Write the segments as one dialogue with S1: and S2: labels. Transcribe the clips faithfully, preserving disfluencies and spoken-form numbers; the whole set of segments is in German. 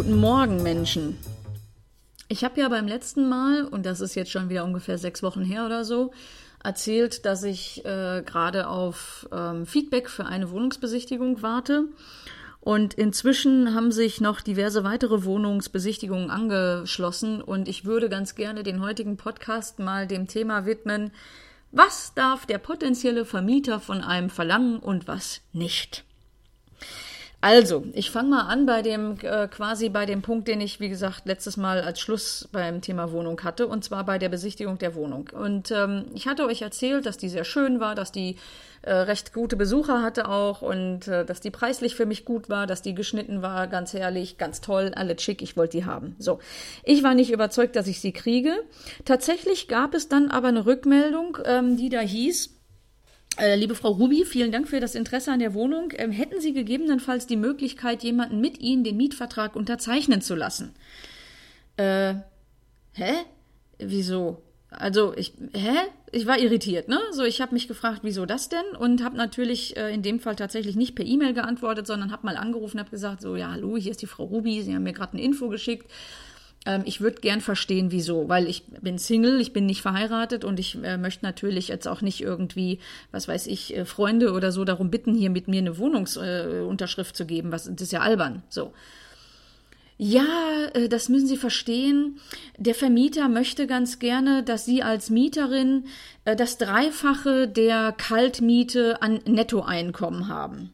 S1: Guten Morgen, Menschen. Ich habe ja beim letzten Mal, und das ist jetzt schon wieder ungefähr sechs Wochen her oder so, erzählt, dass ich äh, gerade auf ähm, Feedback für eine Wohnungsbesichtigung warte. Und inzwischen haben sich noch diverse weitere Wohnungsbesichtigungen angeschlossen. Und ich würde ganz gerne den heutigen Podcast mal dem Thema widmen: Was darf der potenzielle Vermieter von einem verlangen und was nicht? Also, ich fange mal an bei dem äh, quasi bei dem Punkt, den ich, wie gesagt, letztes Mal als Schluss beim Thema Wohnung hatte, und zwar bei der Besichtigung der Wohnung. Und ähm, ich hatte euch erzählt, dass die sehr schön war, dass die äh, recht gute Besucher hatte auch und äh, dass die preislich für mich gut war, dass die geschnitten war, ganz herrlich, ganz toll, alle schick, ich wollte die haben. So, ich war nicht überzeugt, dass ich sie kriege. Tatsächlich gab es dann aber eine Rückmeldung, ähm, die da hieß: Äh, liebe Frau Ruby, vielen Dank für das Interesse an der Wohnung. Ähm, hätten Sie gegebenenfalls die Möglichkeit, jemanden mit Ihnen den Mietvertrag unterzeichnen zu lassen? Äh, hä? Wieso? Also, ich, hä? Ich war irritiert, ne? So, ich habe mich gefragt, wieso das denn? Und habe natürlich äh, in dem Fall tatsächlich nicht per E-Mail geantwortet, sondern habe mal angerufen und habe gesagt, so, ja, hallo, hier ist die Frau Ruby, Sie haben mir gerade eine Info geschickt. Ich würde gern verstehen, wieso, weil ich bin Single, ich bin nicht verheiratet und ich äh, möchte natürlich jetzt auch nicht irgendwie, was weiß ich, äh, Freunde oder so darum bitten, hier mit mir eine Wohnungsunterschrift äh, zu geben. Was, das ist ja albern. So. Ja, äh, das müssen Sie verstehen. Der Vermieter möchte ganz gerne, dass Sie als Mieterin äh, das Dreifache der Kaltmiete an Nettoeinkommen haben.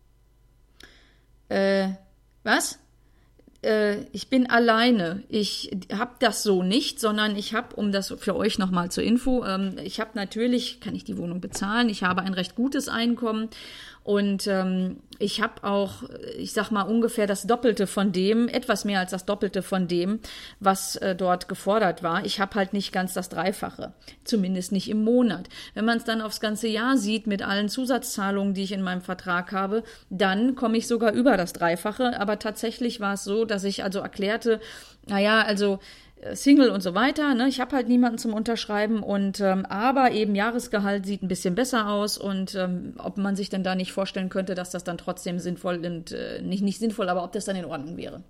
S1: Äh, was? Ich bin alleine. Ich habe das so nicht, sondern ich habe, um das für euch nochmal zur Info, ich habe natürlich, kann ich die Wohnung bezahlen, ich habe ein recht gutes Einkommen und ähm, ich habe auch, ich sag mal, ungefähr das Doppelte von dem, etwas mehr als das Doppelte von dem, was äh, dort gefordert war. Ich habe halt nicht ganz das Dreifache, zumindest nicht im Monat. Wenn man es dann aufs ganze Jahr sieht, mit allen Zusatzzahlungen, die ich in meinem Vertrag habe, dann komme ich sogar über das Dreifache. Aber tatsächlich war es so, dass ich also erklärte, naja, also Single und so weiter, ne? Ich habe halt niemanden zum Unterschreiben und ähm, aber eben Jahresgehalt sieht ein bisschen besser aus und ähm, ob man sich denn da nicht vorstellen könnte, dass das dann trotzdem sinnvoll und äh, nicht nicht sinnvoll, aber ob das dann in Ordnung wäre.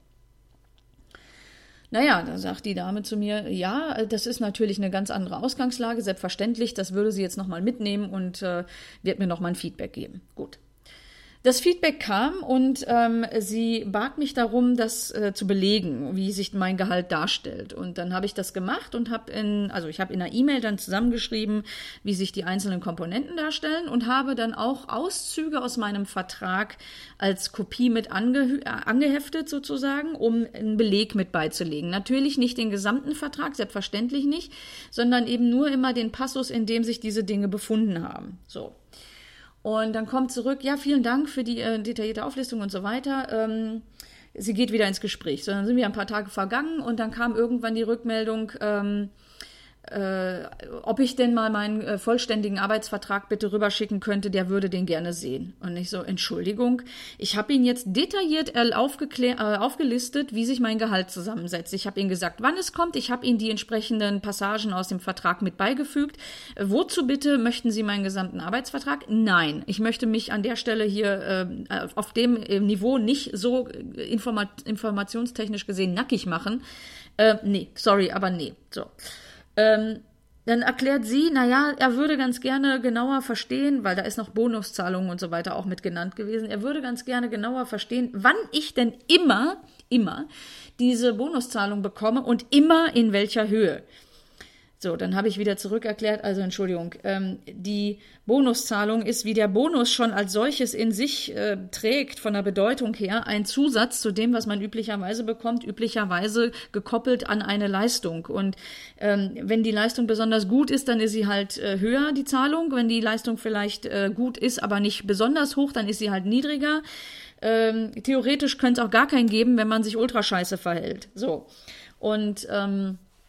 S1: Naja, da sagt die Dame zu mir, ja, das ist natürlich eine ganz andere Ausgangslage, selbstverständlich, das würde sie jetzt nochmal mitnehmen und äh, wird mir nochmal ein Feedback geben. Gut. Das Feedback kam und ähm, sie bat mich darum, das äh, zu belegen, wie sich mein Gehalt darstellt. Und dann habe ich das gemacht und habe in, also ich habe in einer E-Mail dann zusammengeschrieben, wie sich die einzelnen Komponenten darstellen und habe dann auch Auszüge aus meinem Vertrag als Kopie mit ange, äh, angeheftet sozusagen, um einen Beleg mit beizulegen. Natürlich nicht den gesamten Vertrag, selbstverständlich nicht, sondern eben nur immer den Passus, in dem sich diese Dinge befunden haben. So. Und dann kommt zurück, ja, vielen Dank für die äh, detaillierte Auflistung und so weiter. Ähm, sie geht wieder ins Gespräch. So, dann sind wir ein paar Tage vergangen und dann kam irgendwann die Rückmeldung, ähm, äh, ob ich denn mal meinen äh, vollständigen Arbeitsvertrag bitte rüberschicken könnte, der würde den gerne sehen. Und ich so, Entschuldigung, ich habe ihn jetzt detailliert äh, aufgeklär- äh, aufgelistet, wie sich mein Gehalt zusammensetzt. Ich habe Ihnen gesagt, wann es kommt. Ich habe Ihnen die entsprechenden Passagen aus dem Vertrag mit beigefügt. Äh, wozu bitte möchten Sie meinen gesamten Arbeitsvertrag? Nein, ich möchte mich an der Stelle hier äh, auf dem äh, Niveau nicht so äh, informa- informationstechnisch gesehen nackig machen. Äh, nee, sorry, aber nee. So. Ähm, dann erklärt sie, naja, er würde ganz gerne genauer verstehen, weil da ist noch Bonuszahlungen und so weiter auch mit genannt gewesen, er würde ganz gerne genauer verstehen, wann ich denn immer, immer diese Bonuszahlung bekomme und immer in welcher Höhe. So, dann habe ich wieder zurückerklärt, also Entschuldigung, ähm, die Bonuszahlung ist, wie der Bonus schon als solches in sich äh, trägt, von der Bedeutung her, ein Zusatz zu dem, was man üblicherweise bekommt, üblicherweise gekoppelt an eine Leistung. Und ähm, wenn die Leistung besonders gut ist, dann ist sie halt äh, höher, die Zahlung. Wenn die Leistung vielleicht äh, gut ist, aber nicht besonders hoch, dann ist sie halt niedriger. Ähm, theoretisch könnte es auch gar keinen geben, wenn man sich ultra scheiße verhält. So. Und ähm,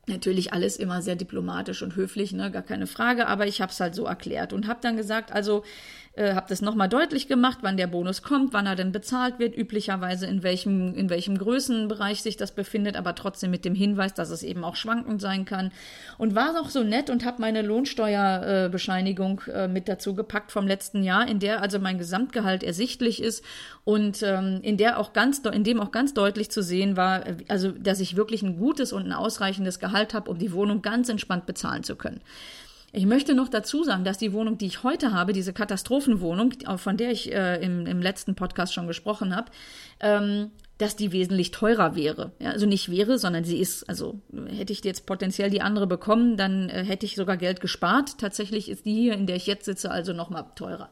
S1: Natürlich alles immer sehr diplomatisch und höflich, ne, gar keine Frage, aber ich habe es halt so erklärt und habe dann gesagt, also äh, habe das nochmal deutlich gemacht, wann der Bonus kommt, wann er denn bezahlt wird, üblicherweise in welchem in welchem Größenbereich sich das befindet, aber trotzdem mit dem Hinweis, dass es eben auch schwankend sein kann, und war noch so nett und habe meine Lohnsteuerbescheinigung äh, mit dazu gepackt vom letzten Jahr, in der also mein Gesamtgehalt ersichtlich ist und ähm, in der auch ganz in dem auch ganz deutlich zu sehen war, also dass ich wirklich ein gutes und ein ausreichendes Gehalt habe, um die Wohnung ganz entspannt bezahlen zu können. Ich möchte noch dazu sagen, dass die Wohnung, die ich heute habe, diese Katastrophenwohnung, von der ich äh, im, im letzten Podcast schon gesprochen habe, ähm, dass die wesentlich teurer wäre. Ja, also nicht wäre, sondern sie ist, also hätte ich jetzt potenziell die andere bekommen, dann äh, hätte ich sogar Geld gespart. Tatsächlich ist die hier, in der ich jetzt sitze, also nochmal teurer.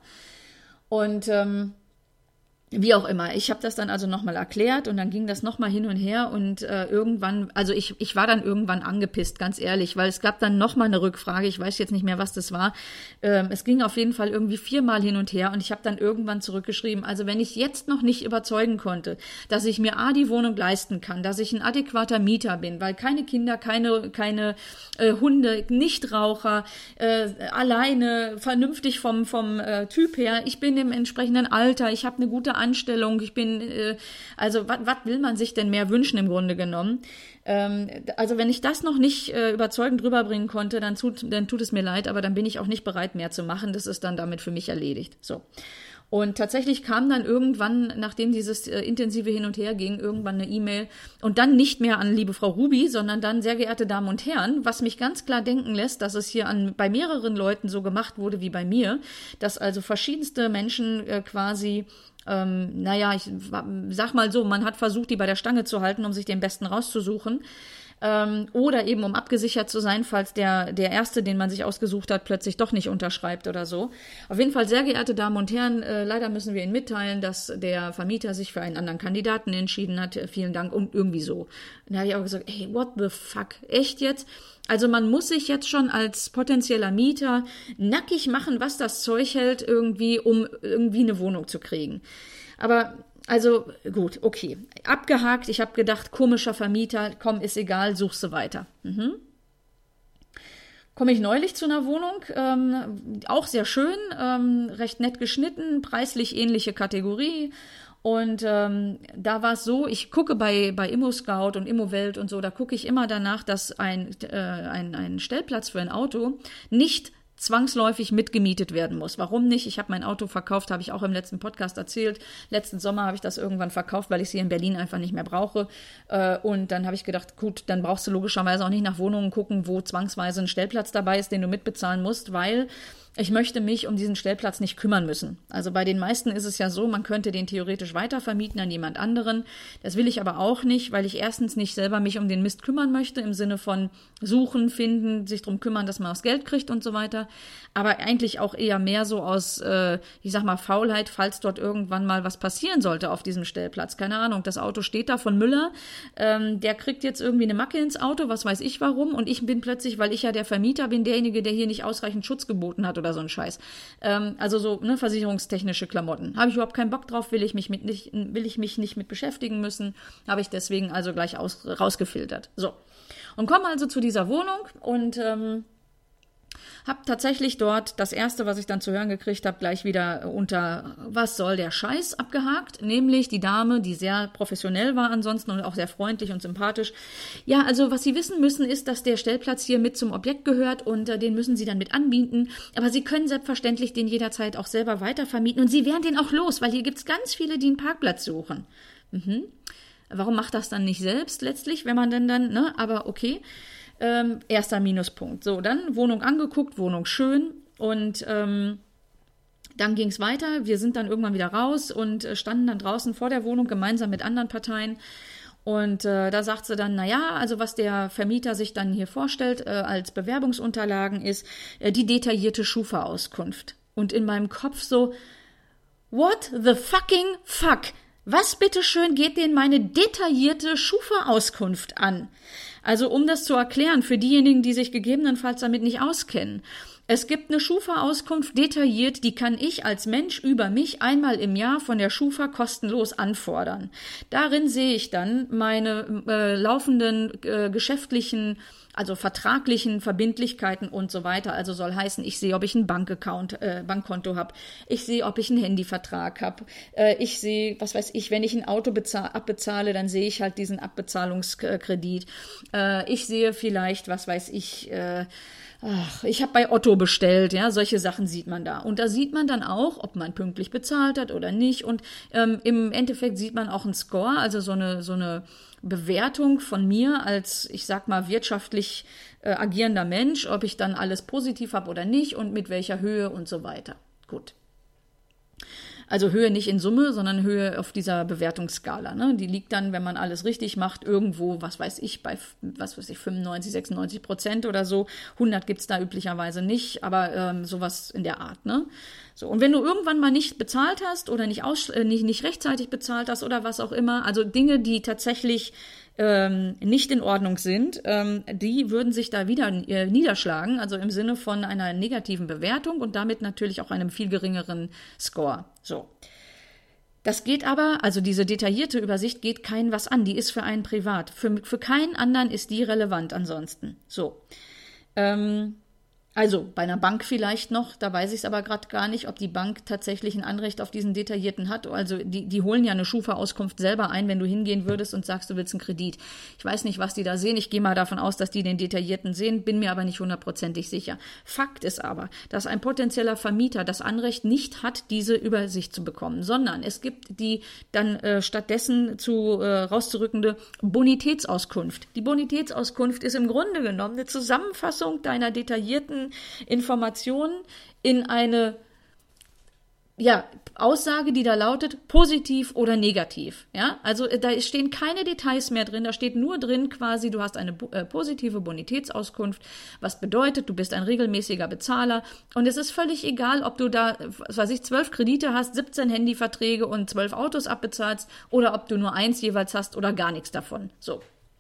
S1: Und ähm, wie auch immer, ich habe das dann also nochmal erklärt und dann ging das nochmal hin und her und äh, irgendwann, also ich ich war dann irgendwann angepisst, ganz ehrlich, weil es gab dann nochmal eine Rückfrage, ich weiß jetzt nicht mehr, was das war. Ähm, es ging auf jeden Fall irgendwie viermal hin und her und ich habe dann irgendwann zurückgeschrieben, also wenn ich jetzt noch nicht überzeugen konnte, dass ich mir A, die Wohnung leisten kann, dass ich ein adäquater Mieter bin, weil keine Kinder, keine keine äh, Hunde, Nichtraucher, äh, alleine, vernünftig vom vom äh, Typ her, ich bin im entsprechenden Alter, ich habe eine gute Anstellung, ich bin, äh, also was will man sich denn mehr wünschen im Grunde genommen? Ähm, also wenn ich das noch nicht äh, überzeugend rüberbringen konnte, dann tut, dann tut es mir leid, aber dann bin ich auch nicht bereit mehr zu machen, das ist dann damit für mich erledigt. So. Und tatsächlich kam dann irgendwann, nachdem dieses äh, intensive Hin und Her ging, irgendwann eine E-Mail und dann nicht mehr an liebe Frau Ruby, sondern dann, sehr geehrte Damen und Herren, was mich ganz klar denken lässt, dass es hier an bei mehreren Leuten so gemacht wurde wie bei mir, dass also verschiedenste Menschen äh, quasi Ähm, naja, ich sag mal so, man hat versucht, die bei der Stange zu halten, um sich den Besten rauszusuchen. Ähm, oder eben, um abgesichert zu sein, falls der, der Erste, den man sich ausgesucht hat, plötzlich doch nicht unterschreibt oder so. Auf jeden Fall, sehr geehrte Damen und Herren, äh, leider müssen wir Ihnen mitteilen, dass der Vermieter sich für einen anderen Kandidaten entschieden hat. Äh, vielen Dank und irgendwie so. Da habe ich auch gesagt, hey, what the fuck? Echt jetzt? Also man muss sich jetzt schon als potenzieller Mieter nackig machen, was das Zeug hält, irgendwie, um irgendwie eine Wohnung zu kriegen. Aber, also gut, okay. Abgehakt, ich habe gedacht, komischer Vermieter, komm, ist egal, suchst du weiter. Mhm. Komme ich neulich zu einer Wohnung, ähm, auch sehr schön, ähm, recht nett geschnitten, preislich ähnliche Kategorie. Und ähm, da war es so, ich gucke bei bei ImmoScout und Immowelt und so, da gucke ich immer danach, dass ein, äh, ein, ein Stellplatz für ein Auto nicht zwangsläufig mitgemietet werden muss. Warum nicht? Ich habe mein Auto verkauft, habe ich auch im letzten Podcast erzählt. Letzten Sommer habe ich das irgendwann verkauft, weil ich es hier in Berlin einfach nicht mehr brauche. Äh, und dann habe ich gedacht, gut, dann brauchst du logischerweise auch nicht nach Wohnungen gucken, wo zwangsweise ein Stellplatz dabei ist, den du mitbezahlen musst, weil ich möchte mich um diesen Stellplatz nicht kümmern müssen. Also bei den meisten ist es ja so, man könnte den theoretisch weitervermieten an jemand anderen. Das will ich aber auch nicht, weil ich erstens nicht selber mich um den Mist kümmern möchte, im Sinne von suchen, finden, sich drum kümmern, dass man das Geld kriegt und so weiter. Aber eigentlich auch eher mehr so aus, äh, ich sag mal, Faulheit, falls dort irgendwann mal was passieren sollte auf diesem Stellplatz. Keine Ahnung, das Auto steht da von Müller, ähm, der kriegt jetzt irgendwie eine Macke ins Auto, was weiß ich warum, und ich bin plötzlich, weil ich ja der Vermieter bin, derjenige, der hier nicht ausreichend Schutz geboten hat oder so ein Scheiß. Ähm, also so, ne, versicherungstechnische Klamotten. Habe ich überhaupt keinen Bock drauf, will ich mich mit nicht, will ich mich nicht mit beschäftigen müssen, habe ich deswegen also gleich aus, rausgefiltert. So. Und komme also zu dieser Wohnung und ähm, habe tatsächlich dort das Erste, was ich dann zu hören gekriegt habe, gleich wieder unter was soll der Scheiß abgehakt, nämlich die Dame, die sehr professionell war ansonsten und auch sehr freundlich und sympathisch. Ja, also was Sie wissen müssen, ist, dass der Stellplatz hier mit zum Objekt gehört und äh, den müssen Sie dann mit anbieten, aber Sie können selbstverständlich den jederzeit auch selber weitervermieten und Sie werden den auch los, weil hier gibt's ganz viele, die einen Parkplatz suchen. Mhm. Warum macht das dann nicht selbst letztlich, wenn man denn dann, ne, aber okay. Ähm, erster Minuspunkt. So, dann Wohnung angeguckt, Wohnung schön und ähm, dann ging es weiter. Wir sind dann irgendwann wieder raus und äh, standen dann draußen vor der Wohnung gemeinsam mit anderen Parteien und äh, da sagt sie dann, naja, also was der Vermieter sich dann hier vorstellt äh, als Bewerbungsunterlagen ist äh, die detaillierte Schufa-Auskunft. Und in meinem Kopf so, what the fucking fuck? Was bitteschön geht denn meine detaillierte Schufa-Auskunft an? Also um das zu erklären für diejenigen, die sich gegebenenfalls damit nicht auskennen. Es gibt eine Schufa-Auskunft detailliert, die kann ich als Mensch über mich einmal im Jahr von der Schufa kostenlos anfordern. Darin sehe ich dann meine äh, laufenden äh, geschäftlichen, also vertraglichen Verbindlichkeiten und so weiter. Also soll heißen, ich sehe, ob ich ein Bankaccount, äh, Bankkonto habe. Ich sehe, ob ich einen Handyvertrag habe. Äh, ich sehe, was weiß ich, wenn ich ein Auto bezahl- abbezahle, dann sehe ich halt diesen Abbezahlungskredit. Äh, ich sehe vielleicht, was weiß ich, äh, Ach, ich habe bei Otto bestellt, ja, solche Sachen sieht man da. Und da sieht man dann auch, ob man pünktlich bezahlt hat oder nicht. Und ähm, im Endeffekt sieht man auch einen Score, also so eine, so eine Bewertung von mir als, ich sag mal, wirtschaftlich äh, agierender Mensch, ob ich dann alles positiv habe oder nicht und mit welcher Höhe und so weiter. Gut. Also Höhe nicht in Summe, sondern Höhe auf dieser Bewertungsskala. Ne? Die liegt dann, wenn man alles richtig macht, irgendwo, was weiß ich, bei was weiß ich, fünfundneunzig, sechsundneunzig Prozent oder so. hundert gibt's da üblicherweise nicht, aber ähm, sowas in der Art. Ne? So, und wenn du irgendwann mal nicht bezahlt hast oder nicht, aus, äh, nicht, nicht rechtzeitig bezahlt hast oder was auch immer, also Dinge, die tatsächlich ähm, nicht in Ordnung sind, ähm, die würden sich da wieder äh, niederschlagen, also im Sinne von einer negativen Bewertung und damit natürlich auch einem viel geringeren Score. So. Das geht aber, also diese detaillierte Übersicht geht keinen was an, die ist für einen privat. Für, für keinen anderen ist die relevant ansonsten. So. Ähm, Also bei einer Bank vielleicht noch, da weiß ich es aber gerade gar nicht, ob die Bank tatsächlich ein Anrecht auf diesen detaillierten hat. Also die, die holen ja eine Schufa-Auskunft selber ein, wenn du hingehen würdest und sagst, du willst einen Kredit. Ich weiß nicht, was die da sehen. Ich gehe mal davon aus, dass die den detaillierten sehen, bin mir aber nicht hundertprozentig sicher. Fakt ist aber, dass ein potenzieller Vermieter das Anrecht nicht hat, diese Übersicht zu bekommen, sondern es gibt die dann äh, stattdessen zu äh, rauszurückende Bonitätsauskunft. Die Bonitätsauskunft ist im Grunde genommen eine Zusammenfassung deiner detaillierten Informationen in eine ja, Aussage, die da lautet, positiv oder negativ. Ja, also da stehen keine Details mehr drin, da steht nur drin quasi, du hast eine äh, positive Bonitätsauskunft, was bedeutet, du bist ein regelmäßiger Bezahler und es ist völlig egal, ob du da, was weiß ich, zwölf Kredite hast, siebzehn Handyverträge und zwölf Autos abbezahlst oder ob du nur eins jeweils hast oder gar nichts davon. So.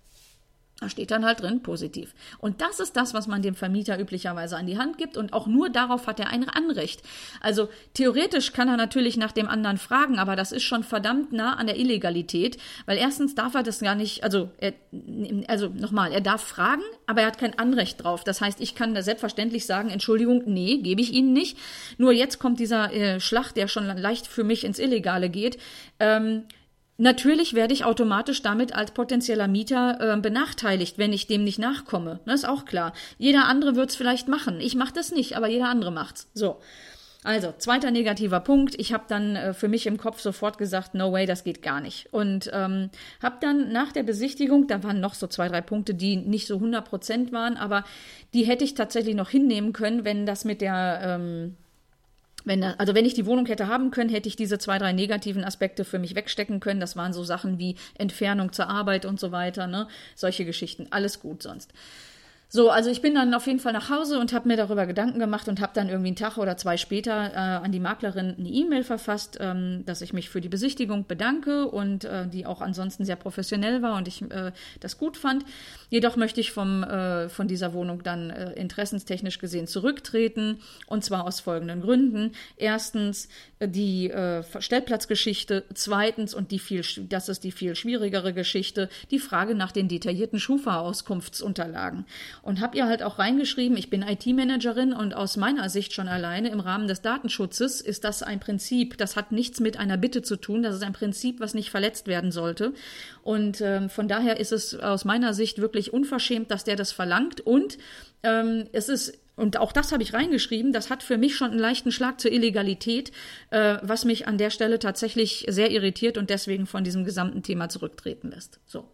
S1: Da steht dann halt drin, positiv. Und das ist das, was man dem Vermieter üblicherweise an die Hand gibt und auch nur darauf hat er ein Anrecht. Also theoretisch kann er natürlich nach dem anderen fragen, aber das ist schon verdammt nah an der Illegalität, weil erstens darf er das gar nicht, also, er, also nochmal, er darf fragen, aber er hat kein Anrecht drauf. Das heißt, ich kann da selbstverständlich sagen, Entschuldigung, nee, gebe ich Ihnen nicht. Nur jetzt kommt dieser äh, Schlag, der schon leicht für mich ins Illegale geht. Ähm, Natürlich werde ich automatisch damit als potenzieller Mieter äh, benachteiligt, wenn ich dem nicht nachkomme. Das ist auch klar. Jeder andere wird es vielleicht machen. Ich mache das nicht, aber jeder andere macht's. So. Also, zweiter negativer Punkt. Ich habe dann äh, für mich im Kopf sofort gesagt, no way, das geht gar nicht. Und ähm, habe dann nach der Besichtigung, da waren noch so zwei, drei Punkte, die nicht so hundert Prozent waren, aber die hätte ich tatsächlich noch hinnehmen können, wenn das mit der... Ähm, Wenn, also wenn ich die Wohnung hätte haben können, hätte ich diese zwei, drei negativen Aspekte für mich wegstecken können. Das waren so Sachen wie Entfernung zur Arbeit und so weiter, ne? Solche Geschichten. Alles gut sonst. So, also ich bin dann auf jeden Fall nach Hause und habe mir darüber Gedanken gemacht und habe dann irgendwie einen Tag oder zwei später äh, an die Maklerin eine E-Mail verfasst, ähm, dass ich mich für die Besichtigung bedanke und äh, die auch ansonsten sehr professionell war und ich äh, das gut fand. Jedoch möchte ich vom, äh, von dieser Wohnung dann äh, interessenstechnisch gesehen zurücktreten und zwar aus folgenden Gründen. Erstens äh, die äh, Stellplatzgeschichte, zweitens und die viel, das ist die viel schwierigere Geschichte, die Frage nach den detaillierten Schufa-Auskunftsunterlagen. Und habe ihr halt auch reingeschrieben, ich bin I T-Managerin und aus meiner Sicht schon alleine im Rahmen des Datenschutzes ist das ein Prinzip, das hat nichts mit einer Bitte zu tun, das ist ein Prinzip, was nicht verletzt werden sollte. Und ähm, von daher ist es aus meiner Sicht wirklich unverschämt, dass der das verlangt und ähm, es ist Und auch das habe ich reingeschrieben, das hat für mich schon einen leichten Schlag zur Illegalität, äh, was mich an der Stelle tatsächlich sehr irritiert und deswegen von diesem gesamten Thema zurücktreten lässt. So.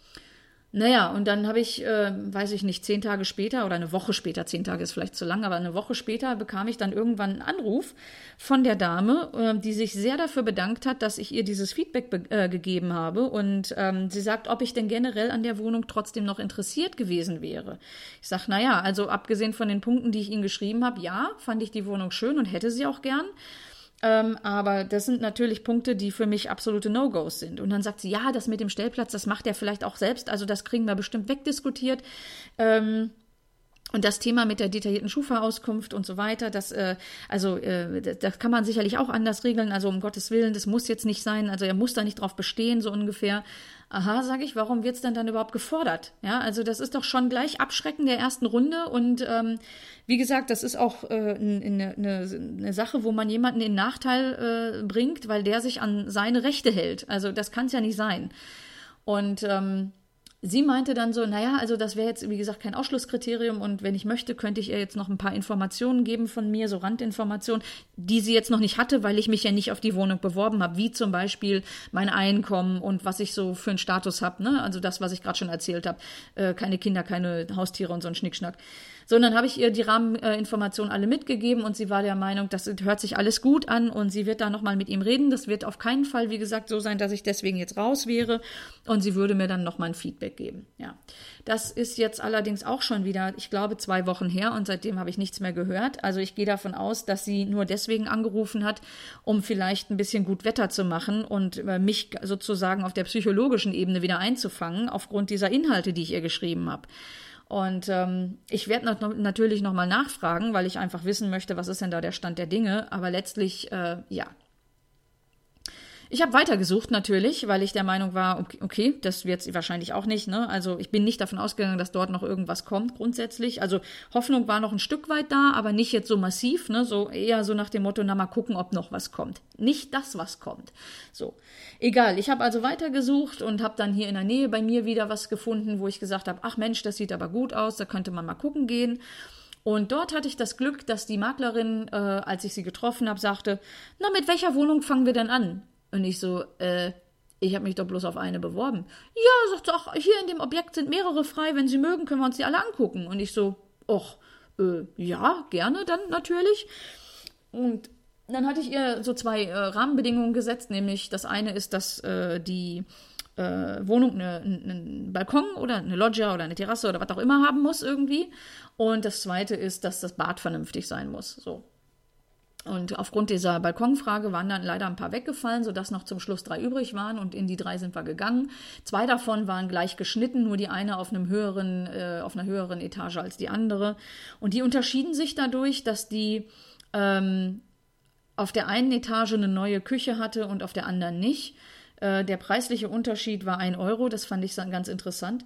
S1: Naja, und dann habe ich, äh, weiß ich nicht, zehn Tage später oder eine Woche später, zehn Tage ist vielleicht zu lang, aber eine Woche später bekam ich dann irgendwann einen Anruf von der Dame, äh, die sich sehr dafür bedankt hat, dass ich ihr dieses Feedback be- äh, gegeben habe. Und ähm, sie sagt, ob ich denn generell an der Wohnung trotzdem noch interessiert gewesen wäre. Ich sage, naja, also abgesehen von den Punkten, die ich Ihnen geschrieben habe, ja, fand ich die Wohnung schön und hätte sie auch gern. Ähm, aber das sind natürlich Punkte, die für mich absolute No-Gos sind. Und dann sagt sie, ja, das mit dem Stellplatz, das macht er vielleicht auch selbst, also das kriegen wir bestimmt wegdiskutiert. Ähm, Und das Thema mit der detaillierten Schufa-Auskunft und so weiter, das, äh, also, äh, das, das kann man sicherlich auch anders regeln. Also um Gottes Willen, das muss jetzt nicht sein. Also er muss da nicht drauf bestehen, so ungefähr. Aha, sage ich, warum wird's denn dann überhaupt gefordert? Ja, also das ist doch schon gleich Abschrecken der ersten Runde. Und ähm, wie gesagt, das ist auch äh, eine, eine, eine Sache, wo man jemanden in Nachteil äh, bringt, weil der sich an seine Rechte hält. Also das kann es ja nicht sein. Und ähm, sie meinte dann so, naja, also das wäre jetzt, wie gesagt, kein Ausschlusskriterium und wenn ich möchte, könnte ich ihr jetzt noch ein paar Informationen geben von mir, so Randinformationen, die sie jetzt noch nicht hatte, weil ich mich ja nicht auf die Wohnung beworben habe, wie zum Beispiel mein Einkommen und was ich so für einen Status habe, ne? Also das, was ich gerade schon erzählt habe, äh, keine Kinder, keine Haustiere und so ein Schnickschnack. Sondern habe ich ihr die Rahmeninformationen alle mitgegeben und sie war der Meinung, das hört sich alles gut an und sie wird da nochmal mit ihm reden. Das wird auf keinen Fall, wie gesagt, so sein, dass ich deswegen jetzt raus wäre und sie würde mir dann nochmal ein Feedback geben. Ja, das ist jetzt allerdings auch schon wieder, ich glaube, zwei Wochen her und seitdem habe ich nichts mehr gehört. Also ich gehe davon aus, dass sie nur deswegen angerufen hat, um vielleicht ein bisschen gut Wetter zu machen und mich sozusagen auf der psychologischen Ebene wieder einzufangen, aufgrund dieser Inhalte, die ich ihr geschrieben habe. Und ähm, ich werde noch, natürlich nochmal nachfragen, weil ich einfach wissen möchte, was ist denn da der Stand der Dinge. Aber letztlich, äh, ja. Ich habe weitergesucht natürlich, weil ich der Meinung war, okay, okay das wird es wahrscheinlich auch nicht. Ne? Also ich bin nicht davon ausgegangen, dass dort noch irgendwas kommt grundsätzlich. Also Hoffnung war noch ein Stück weit da, aber nicht jetzt so massiv. Ne? So eher so nach dem Motto, na mal gucken, ob noch was kommt. Nicht das, was kommt. So, egal. Ich habe also weitergesucht und habe dann hier in der Nähe bei mir wieder was gefunden, wo ich gesagt habe, ach Mensch, das sieht aber gut aus, da könnte man mal gucken gehen. Und dort hatte ich das Glück, dass die Maklerin, äh, als ich sie getroffen habe, sagte, na, mit welcher Wohnung fangen wir denn an? Und ich so, äh, ich habe mich doch bloß auf eine beworben. Ja, sagt sie, ach, hier in dem Objekt sind mehrere frei, wenn Sie mögen, können wir uns die alle angucken. Und ich so, ach, äh, ja, gerne dann natürlich. Und dann hatte ich ihr so zwei äh, Rahmenbedingungen gesetzt, nämlich das eine ist, dass äh, die äh, Wohnung eine, einen Balkon oder eine Loggia oder eine Terrasse oder was auch immer haben muss irgendwie. Und das zweite ist, dass das Bad vernünftig sein muss, so. Und aufgrund dieser Balkonfrage waren dann leider ein paar weggefallen, sodass noch zum Schluss drei übrig waren und in die drei sind wir gegangen. Zwei davon waren gleich geschnitten, nur die eine auf einem höheren, äh, auf einer höheren Etage als die andere. Und die unterschieden sich dadurch, dass die ähm, auf der einen Etage eine neue Küche hatte und auf der anderen nicht. Äh, der preisliche Unterschied war ein Euro, das fand ich ganz interessant.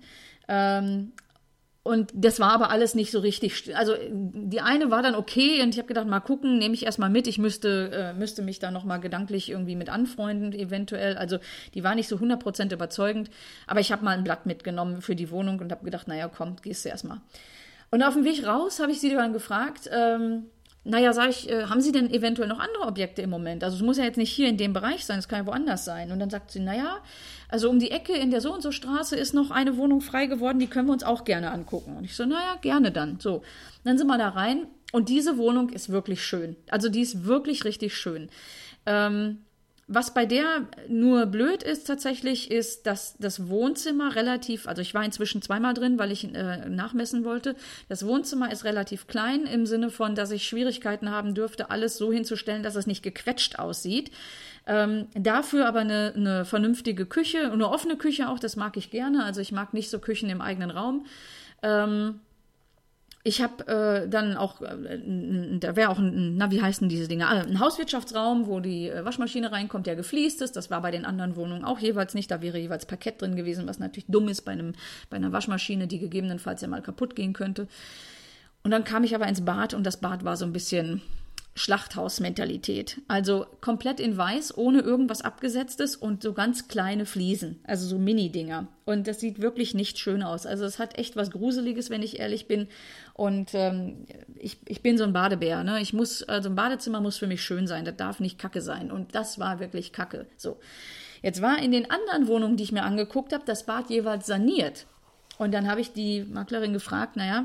S1: Ähm, Und das war aber alles nicht so richtig, also die eine war dann okay und ich habe gedacht, mal gucken, nehme ich erstmal mit, ich müsste, äh, müsste mich da nochmal gedanklich irgendwie mit anfreunden eventuell, also die war nicht so hundert Prozent überzeugend, aber ich habe mal ein Blatt mitgenommen für die Wohnung und habe gedacht, naja, komm, gehst du erstmal. Und auf dem Weg raus habe ich sie dann gefragt, ähm, naja, sag ich, äh, haben Sie denn eventuell noch andere Objekte im Moment? Also es muss ja jetzt nicht hier in dem Bereich sein, es kann ja woanders sein. Und dann sagt sie, naja, also um die Ecke in der So-und-so-Straße ist noch eine Wohnung frei geworden, die können wir uns auch gerne angucken. Und ich so, naja, gerne dann. So, dann sind wir da rein und diese Wohnung ist wirklich schön. Also die ist wirklich richtig schön. Ähm, Was bei der nur blöd ist tatsächlich, ist, dass das Wohnzimmer relativ, also ich war inzwischen zweimal drin, weil ich äh, nachmessen wollte, das Wohnzimmer ist relativ klein im Sinne von, dass ich Schwierigkeiten haben dürfte, alles so hinzustellen, dass es nicht gequetscht aussieht. Ähm, dafür aber eine, eine vernünftige Küche, eine offene Küche auch, das mag ich gerne, also ich mag nicht so Küchen im eigenen Raum. Ähm, Ich habe äh, dann auch, äh, da wäre auch ein, na, wie heißen diese Dinge? Ah, ein Hauswirtschaftsraum, wo die äh, Waschmaschine reinkommt, der gefliest ist. Das war bei den anderen Wohnungen auch jeweils nicht. Da wäre jeweils Parkett drin gewesen, was natürlich dumm ist bei, einem, bei einer Waschmaschine, die gegebenenfalls ja mal kaputt gehen könnte. Und dann kam ich aber ins Bad und das Bad war so ein bisschen Schlachthausmentalität. Also komplett in weiß, ohne irgendwas Abgesetztes und so ganz kleine Fliesen, also so Mini-Dinger. Und das sieht wirklich nicht schön aus. Also es hat echt was Gruseliges, wenn ich ehrlich bin. Und ähm, ich, ich bin so ein Badebär, ne? Ich muss, also ein Badezimmer muss für mich schön sein, das darf nicht kacke sein. Und das war wirklich kacke. So. Jetzt war in den anderen Wohnungen, die ich mir angeguckt habe, das Bad jeweils saniert. Und dann habe ich die Maklerin gefragt, naja,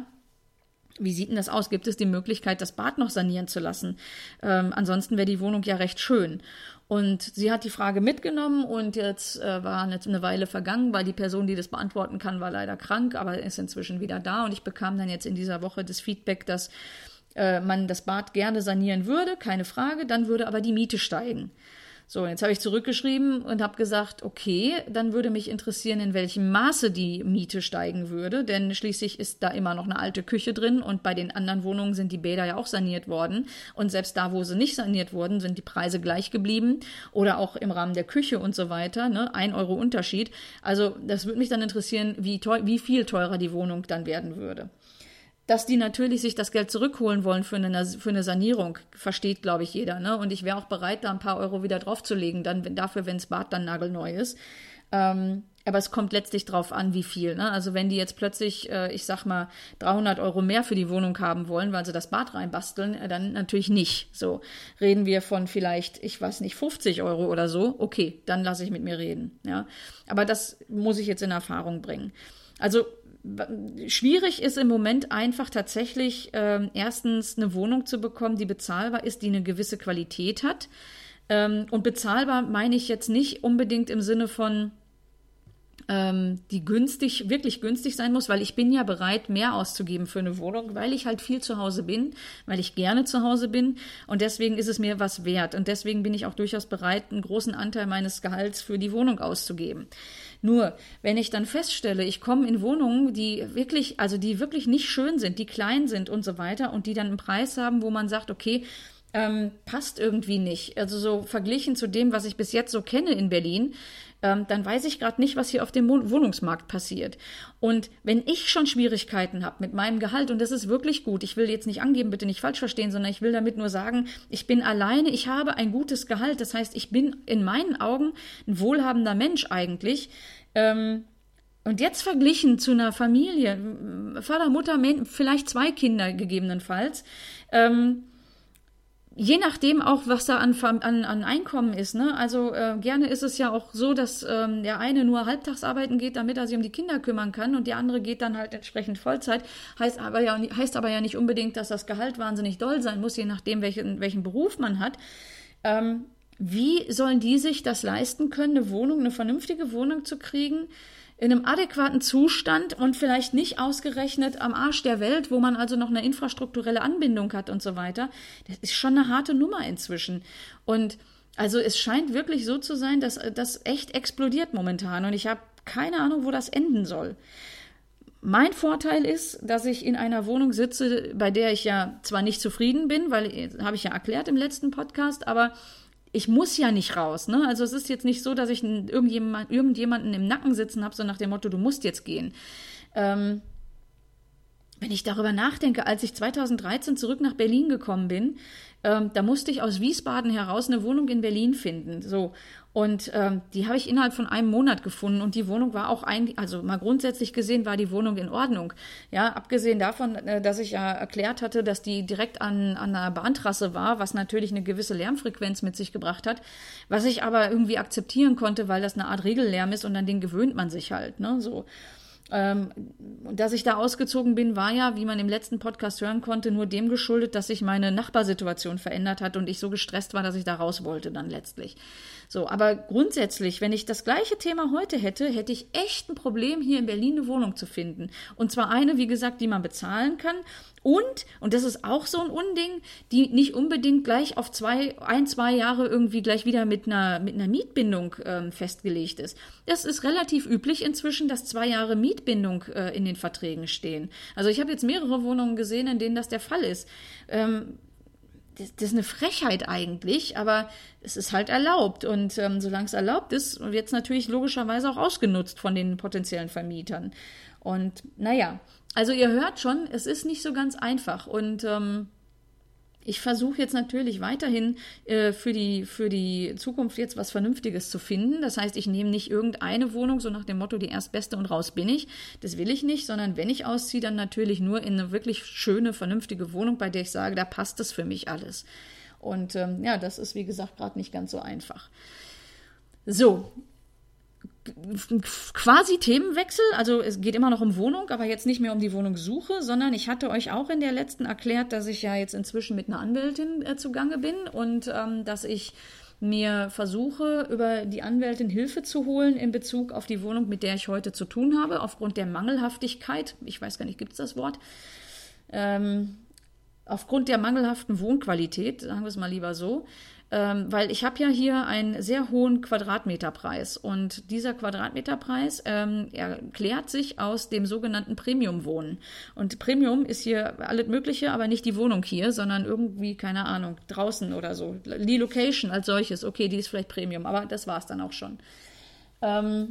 S1: wie sieht denn das aus? Gibt es die Möglichkeit, das Bad noch sanieren zu lassen? Ähm, ansonsten wäre die Wohnung ja recht schön. Und sie hat die Frage mitgenommen und jetzt äh, war jetzt eine Weile vergangen, weil die Person, die das beantworten kann, war leider krank, aber ist inzwischen wieder da. Und ich bekam dann jetzt in dieser Woche das Feedback, dass äh, man das Bad gerne sanieren würde, keine Frage, dann würde aber die Miete steigen. So, jetzt habe ich zurückgeschrieben und habe gesagt, okay, dann würde mich interessieren, in welchem Maße die Miete steigen würde, denn schließlich ist da immer noch eine alte Küche drin und bei den anderen Wohnungen sind die Bäder ja auch saniert worden und selbst da, wo sie nicht saniert wurden, sind die Preise gleich geblieben oder auch im Rahmen der Küche und so weiter, ne, ein Euro Unterschied. Also das würde mich dann interessieren, wie, teuer, wie viel teurer die Wohnung dann werden würde. Dass die natürlich sich das Geld zurückholen wollen für eine, für eine Sanierung, versteht, glaube ich, jeder. Ne? Und ich wäre auch bereit, da ein paar Euro wieder draufzulegen, dann wenn, dafür, wenn das Bad dann nagelneu ist. Ähm, aber es kommt letztlich drauf an, wie viel. Ne? Also wenn die jetzt plötzlich, äh, ich sag mal, dreihundert Euro mehr für die Wohnung haben wollen, weil sie das Bad reinbasteln, äh, dann natürlich nicht. So reden wir von vielleicht, ich weiß nicht, fünfzig Euro oder so. Okay, dann lasse ich mit mir reden. Ja? Aber das muss ich jetzt in Erfahrung bringen. Also schwierig ist im Moment einfach tatsächlich ähm, erstens eine Wohnung zu bekommen, die bezahlbar ist, die eine gewisse Qualität hat. Ähm, und bezahlbar meine ich jetzt nicht unbedingt im Sinne von, ähm, die günstig, wirklich günstig sein muss, weil ich bin ja bereit, mehr auszugeben für eine Wohnung, weil ich halt viel zu Hause bin, weil ich gerne zu Hause bin und deswegen ist es mir was wert und deswegen bin ich auch durchaus bereit, einen großen Anteil meines Gehalts für die Wohnung auszugeben. Nur, wenn ich dann feststelle, ich komme in Wohnungen, die wirklich, also die wirklich nicht schön sind, die klein sind und so weiter und die dann einen Preis haben, wo man sagt, okay, ähm, passt irgendwie nicht. Also so verglichen zu dem, was ich bis jetzt so kenne in Berlin, ähm, dann weiß ich gerade nicht, was hier auf dem Wohnungsmarkt passiert. Und wenn ich schon Schwierigkeiten habe mit meinem Gehalt, und das ist wirklich gut, ich will jetzt nicht angeben, bitte nicht falsch verstehen, sondern ich will damit nur sagen, ich bin alleine, ich habe ein gutes Gehalt, das heißt, ich bin in meinen Augen ein wohlhabender Mensch eigentlich. Ähm, und jetzt verglichen zu einer Familie, Vater, Mutter, vielleicht zwei Kinder gegebenenfalls, ähm, je nachdem auch, was da an, an, an Einkommen ist. Ne? Also äh, gerne ist es ja auch so, dass ähm, der eine nur halbtags arbeiten geht, damit er sich um die Kinder kümmern kann und der andere geht dann halt entsprechend Vollzeit. Heißt aber ja, heißt aber ja nicht unbedingt, dass das Gehalt wahnsinnig doll sein muss, je nachdem, welchen, welchen Beruf man hat. Ähm, wie sollen die sich das leisten können, eine Wohnung, eine vernünftige Wohnung zu kriegen, in einem adäquaten Zustand und vielleicht nicht ausgerechnet am Arsch der Welt, wo man also noch eine infrastrukturelle Anbindung hat und so weiter. Das ist schon eine harte Nummer inzwischen. Und also es scheint wirklich so zu sein, dass das echt explodiert momentan und ich habe keine Ahnung, wo das enden soll. Mein Vorteil ist, dass ich in einer Wohnung sitze, bei der ich ja zwar nicht zufrieden bin, weil, habe ich ja erklärt im letzten Podcast, aber ich muss ja nicht raus, ne? Also es ist jetzt nicht so, dass ich irgendjemand, irgendjemanden im Nacken sitzen habe, so nach dem Motto, du musst jetzt gehen. Ähm, wenn ich darüber nachdenke, als ich zweitausenddreizehn zurück nach Berlin gekommen bin, ähm, da musste ich aus Wiesbaden heraus eine Wohnung in Berlin finden. So. Und ähm, die habe ich innerhalb von einem Monat gefunden und die Wohnung war auch eigentlich, also mal grundsätzlich gesehen war die Wohnung in Ordnung. Ja, abgesehen davon, äh, dass ich ja erklärt hatte, dass die direkt an, an einer Bahntrasse war, was natürlich eine gewisse Lärmfrequenz mit sich gebracht hat, was ich aber irgendwie akzeptieren konnte, weil das eine Art Regellärm ist und an den gewöhnt man sich halt, ne, so. Ähm, dass ich da ausgezogen bin, war ja, wie man im letzten Podcast hören konnte, nur dem geschuldet, dass sich meine Nachbarsituation verändert hat und ich so gestresst war, dass ich da raus wollte dann letztlich. So, aber grundsätzlich, wenn ich das gleiche Thema heute hätte, hätte ich echt ein Problem, hier in Berlin eine Wohnung zu finden. Und zwar eine, wie gesagt, die man bezahlen kann. Und, und das ist auch so ein Unding, die nicht unbedingt gleich auf zwei, ein, zwei Jahre irgendwie gleich wieder mit einer, mit einer Mietbindung ähm, festgelegt ist. Das ist relativ üblich inzwischen, dass zwei Jahre Mietbindung äh, in den Verträgen stehen. Also ich habe jetzt mehrere Wohnungen gesehen, in denen das der Fall ist. Ähm, das, das ist eine Frechheit eigentlich, aber es ist halt erlaubt. Und ähm, solange es erlaubt ist, wird es natürlich logischerweise auch ausgenutzt von den potenziellen Vermietern. Und naja, also ihr hört schon, es ist nicht so ganz einfach und ähm, ich versuche jetzt natürlich weiterhin äh, für die, für die Zukunft jetzt was Vernünftiges zu finden. Das heißt, ich nehme nicht irgendeine Wohnung, so nach dem Motto, die erstbeste und raus bin ich. Das will ich nicht, sondern wenn ich ausziehe, dann natürlich nur in eine wirklich schöne, vernünftige Wohnung, bei der ich sage, da passt es für mich alles. Und ähm, ja, das ist, wie gesagt, gerade nicht ganz so einfach. So, quasi Themenwechsel, also es geht immer noch um Wohnung, aber jetzt nicht mehr um die Wohnungssuche, sondern ich hatte euch auch in der letzten erklärt, dass ich ja jetzt inzwischen mit einer Anwältin äh, zugange bin und ähm, dass ich mir versuche, über die Anwältin Hilfe zu holen in Bezug auf die Wohnung, mit der ich heute zu tun habe, aufgrund der Mangelhaftigkeit, ich weiß gar nicht, gibt es das Wort, ähm, aufgrund der mangelhaften Wohnqualität, sagen wir es mal lieber so, ähm, weil ich habe ja hier einen sehr hohen Quadratmeterpreis und dieser Quadratmeterpreis ähm, erklärt sich aus dem sogenannten Premium-Wohnen. Und Premium ist hier alles Mögliche, aber nicht die Wohnung hier, sondern irgendwie, keine Ahnung, draußen oder so. Die Location als solches, okay, die ist vielleicht Premium, aber das war es dann auch schon. Ähm,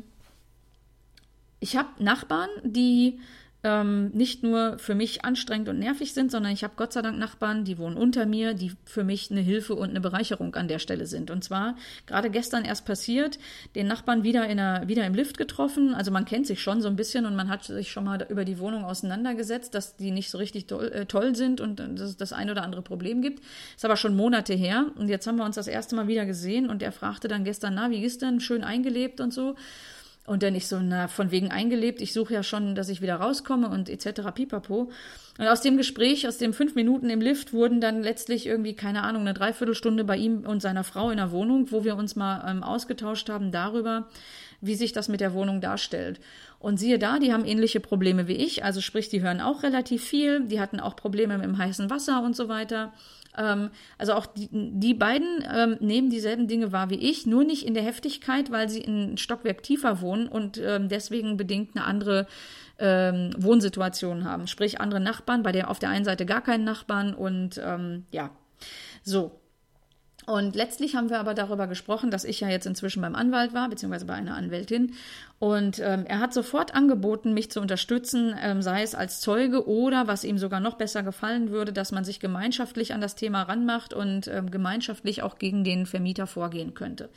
S1: ich habe Nachbarn, die ähm, nicht nur für mich anstrengend und nervig sind, sondern ich habe Gott sei Dank Nachbarn, die wohnen unter mir, die für mich eine Hilfe und eine Bereicherung an der Stelle sind. Und zwar gerade gestern erst passiert, den Nachbarn wieder, in einer, wieder im Lift getroffen. Also man kennt sich schon so ein bisschen und man hat sich schon mal über die Wohnung auseinandergesetzt, dass die nicht so richtig toll, äh, toll sind und dass es das ein oder andere Problem gibt. Ist aber schon Monate her und jetzt haben wir uns das erste Mal wieder gesehen und er fragte dann gestern, na, wie ist denn? Schön eingelebt und so. Und dann ich so, na, von wegen eingelebt, ich suche ja schon, dass ich wieder rauskomme und et cetera pipapo. Und aus dem Gespräch, aus den fünf Minuten im Lift, wurden dann letztlich irgendwie, keine Ahnung, eine Dreiviertelstunde bei ihm und seiner Frau in der Wohnung, wo wir uns mal ähm, ausgetauscht haben darüber, wie sich das mit der Wohnung darstellt. Und siehe da, die haben ähnliche Probleme wie ich, also sprich, die hören auch relativ viel, die hatten auch Probleme mit dem heißen Wasser und so weiter. Also auch die, die beiden ähm, nehmen dieselben Dinge wahr wie ich, nur nicht in der Heftigkeit, weil sie ein Stockwerk tiefer wohnen und ähm, deswegen bedingt eine andere ähm, Wohnsituation haben. Sprich, andere Nachbarn, bei der auf der einen Seite gar keinen Nachbarn und ähm, ja, so. Und letztlich haben wir aber darüber gesprochen, dass ich ja jetzt inzwischen beim Anwalt war, beziehungsweise bei einer Anwältin. Und ähm, er hat sofort angeboten, mich zu unterstützen, ähm, sei es als Zeuge oder, was ihm sogar noch besser gefallen würde, dass man sich gemeinschaftlich an das Thema ranmacht und ähm, gemeinschaftlich auch gegen den Vermieter vorgehen könnte.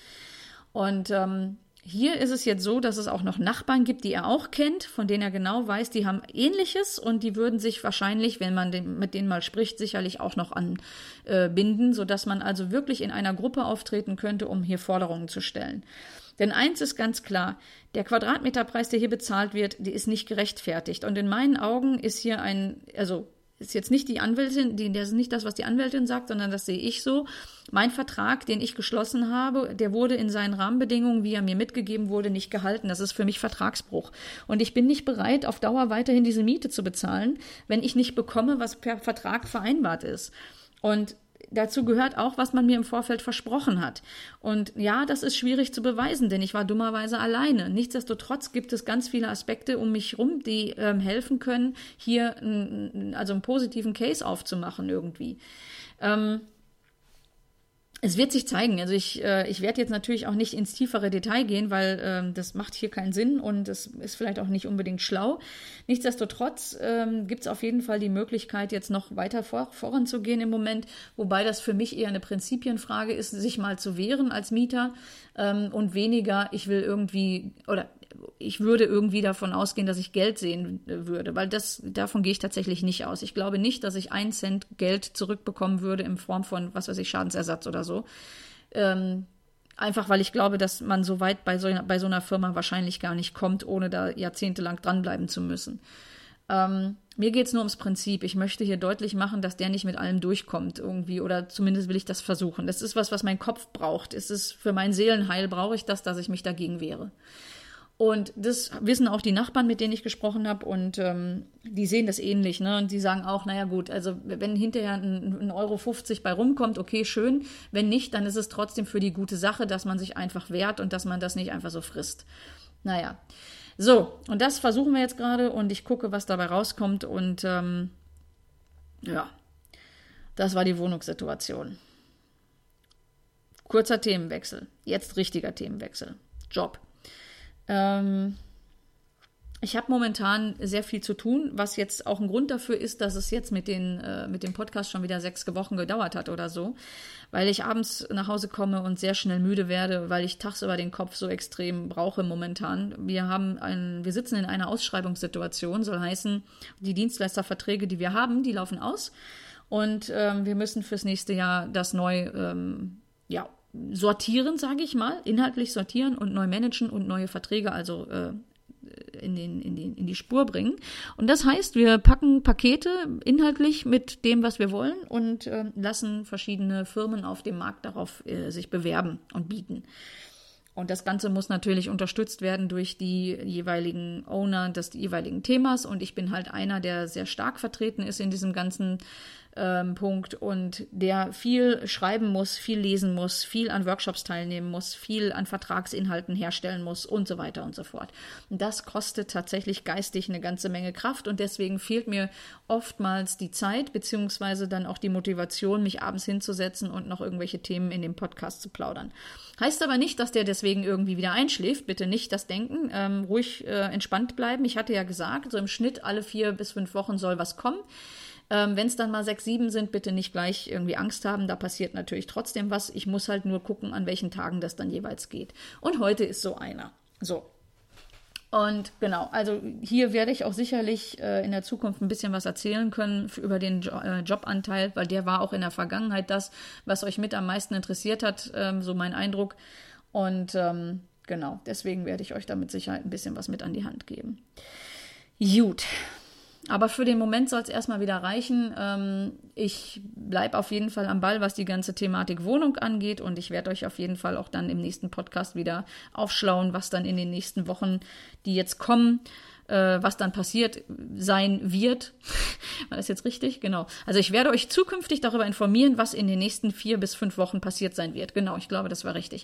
S1: Und ähm, hier ist es jetzt so, dass es auch noch Nachbarn gibt, die er auch kennt, von denen er genau weiß, die haben Ähnliches und die würden sich wahrscheinlich, wenn man den, mit denen mal spricht, sicherlich auch noch anbinden, sodass man also wirklich in einer Gruppe auftreten könnte, um hier Forderungen zu stellen. Denn eins ist ganz klar, der Quadratmeterpreis, der hier bezahlt wird, die ist nicht gerechtfertigt. Und in meinen Augen ist hier ein, also ist jetzt nicht die Anwältin, die, das ist nicht das, was die Anwältin sagt, sondern das sehe ich so. Mein Vertrag, den ich geschlossen habe, der wurde in seinen Rahmenbedingungen, wie er mir mitgegeben wurde, nicht gehalten. Das ist für mich Vertragsbruch. Und ich bin nicht bereit, auf Dauer weiterhin diese Miete zu bezahlen, wenn ich nicht bekomme, was per Vertrag vereinbart ist. Und dazu gehört auch, was man mir im Vorfeld versprochen hat. Und ja, das ist schwierig zu beweisen, denn ich war dummerweise alleine. Nichtsdestotrotz gibt es ganz viele Aspekte um mich rum, die ähm, helfen können, hier n, also einen positiven Case aufzumachen irgendwie. Ähm, Es wird sich zeigen. Also ich, äh, ich werde jetzt natürlich auch nicht ins tiefere Detail gehen, weil ähm, das macht hier keinen Sinn und das ist vielleicht auch nicht unbedingt schlau. Nichtsdestotrotz ähm, gibt es auf jeden Fall die Möglichkeit, jetzt noch weiter vor, voranzugehen im Moment, wobei das für mich eher eine Prinzipienfrage ist, sich mal zu wehren als Mieter ähm, und weniger, ich will irgendwie, oder ich würde irgendwie davon ausgehen, dass ich Geld sehen würde, weil das, davon gehe ich tatsächlich nicht aus. Ich glaube nicht, dass ich einen Cent Geld zurückbekommen würde in Form von, was weiß ich, Schadensersatz oder so. Ähm, einfach, weil ich glaube, dass man so weit bei so, bei so einer Firma wahrscheinlich gar nicht kommt, ohne da jahrzehntelang dranbleiben zu müssen. Ähm, mir geht es nur ums Prinzip. Ich möchte hier deutlich machen, dass der nicht mit allem durchkommt irgendwie oder zumindest will ich das versuchen. Das ist was, was mein Kopf braucht. Es ist für mein Seelenheil brauche ich das, dass ich mich dagegen wehre. Und das wissen auch die Nachbarn, mit denen ich gesprochen habe und ähm, die sehen das ähnlich, ne? Und die sagen auch, naja gut, also wenn hinterher ein, ein Euro fünfzig bei rumkommt, okay, schön. Wenn nicht, dann ist es trotzdem für die gute Sache, dass man sich einfach wehrt und dass man das nicht einfach so frisst. Naja, so, und das versuchen wir jetzt gerade und ich gucke, was dabei rauskommt und ähm, ja, das war die Wohnungssituation. Kurzer Themenwechsel, jetzt richtiger Themenwechsel, Job. Ich habe momentan sehr viel zu tun, was jetzt auch ein Grund dafür ist, dass es jetzt mit, den, äh, mit dem Podcast schon wieder sechs Wochen gedauert hat oder so, weil ich abends nach Hause komme und sehr schnell müde werde, weil ich tagsüber den Kopf so extrem brauche momentan. Wir haben ein, wir sitzen in einer Ausschreibungssituation, soll heißen, die Dienstleisterverträge, die wir haben, die laufen aus und ähm, wir müssen fürs nächste Jahr das neu, ähm, ja, sortieren, sage ich mal, inhaltlich sortieren und neu managen und neue Verträge also äh, in, den, in, den, in die Spur bringen. Und das heißt, wir packen Pakete inhaltlich mit dem, was wir wollen und äh, lassen verschiedene Firmen auf dem Markt darauf äh, sich bewerben und bieten. Und das Ganze muss natürlich unterstützt werden durch die jeweiligen Owner des jeweiligen Themas. Und ich bin halt einer, der sehr stark vertreten ist in diesem ganzen ähm, Punkt und der viel schreiben muss, viel lesen muss, viel an Workshops teilnehmen muss, viel an Vertragsinhalten herstellen muss und so weiter und so fort. Und das kostet tatsächlich geistig eine ganze Menge Kraft und deswegen fehlt mir oftmals die Zeit beziehungsweise dann auch die Motivation, mich abends hinzusetzen und noch irgendwelche Themen in dem Podcast zu plaudern. Heißt aber nicht, dass der deswegen irgendwie wieder einschläft. Bitte nicht das denken. Ähm, ruhig äh, entspannt bleiben. Ich hatte ja gesagt, so im Schnitt alle vier bis fünf Wochen soll was kommen. Ähm, wenn es dann mal sechs, sieben sind, bitte nicht gleich irgendwie Angst haben. Da passiert natürlich trotzdem was. Ich muss halt nur gucken, an welchen Tagen das dann jeweils geht. Und heute ist so einer. So. Und genau, also hier werde ich auch sicherlich äh, in der Zukunft ein bisschen was erzählen können für, über den jo- äh, Jobanteil, weil der war auch in der Vergangenheit das, was euch mit am meisten interessiert hat, ähm, so mein Eindruck. Und ähm, genau, deswegen werde ich euch da mit Sicherheit ein bisschen was mit an die Hand geben. Gut. Aber für den Moment soll es erstmal wieder reichen. Ähm, ich bleibe auf jeden Fall am Ball, was die ganze Thematik Wohnung angeht. Und ich werde euch auf jeden Fall auch dann im nächsten Podcast wieder aufschlauen, was dann in den nächsten Wochen, die jetzt kommen, äh, was dann passiert sein wird. War das jetzt richtig? Genau. Also ich werde euch zukünftig darüber informieren, was in den nächsten vier bis fünf Wochen passiert sein wird. Genau, ich glaube, das war richtig.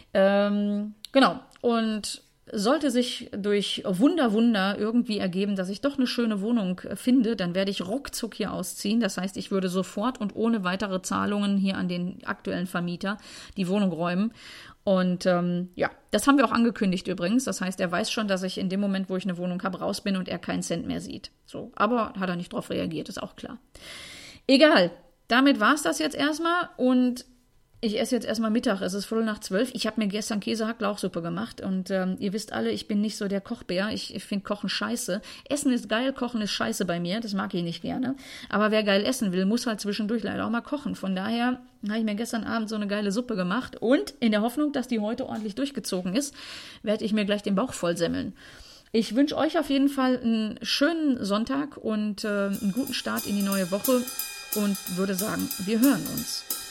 S1: Ähm, genau. Und sollte sich durch Wunder, Wunder irgendwie ergeben, dass ich doch eine schöne Wohnung finde, dann werde ich ruckzuck hier ausziehen. Das heißt, ich würde sofort und ohne weitere Zahlungen hier an den aktuellen Vermieter die Wohnung räumen. Und ähm, ja, das haben wir auch angekündigt übrigens. Das heißt, er weiß schon, dass ich in dem Moment, wo ich eine Wohnung habe, raus bin und er keinen Cent mehr sieht. So, aber hat er nicht drauf reagiert, ist auch klar. Egal, damit war es das jetzt erstmal und ich esse jetzt erstmal Mittag, es ist Viertel nach zwölf. Ich habe mir gestern Käse-Hack-Lauchsuppe gemacht und ähm, ihr wisst alle, ich bin nicht so der Kochbär. Ich, ich finde Kochen scheiße. Essen ist geil, Kochen ist scheiße bei mir. Das mag ich nicht gerne. Aber wer geil essen will, muss halt zwischendurch leider auch mal kochen. Von daher habe ich mir gestern Abend so eine geile Suppe gemacht und in der Hoffnung, dass die heute ordentlich durchgezogen ist, werde ich mir gleich den Bauch voll semmeln. Ich wünsche euch auf jeden Fall einen schönen Sonntag und äh, einen guten Start in die neue Woche und würde sagen, wir hören uns.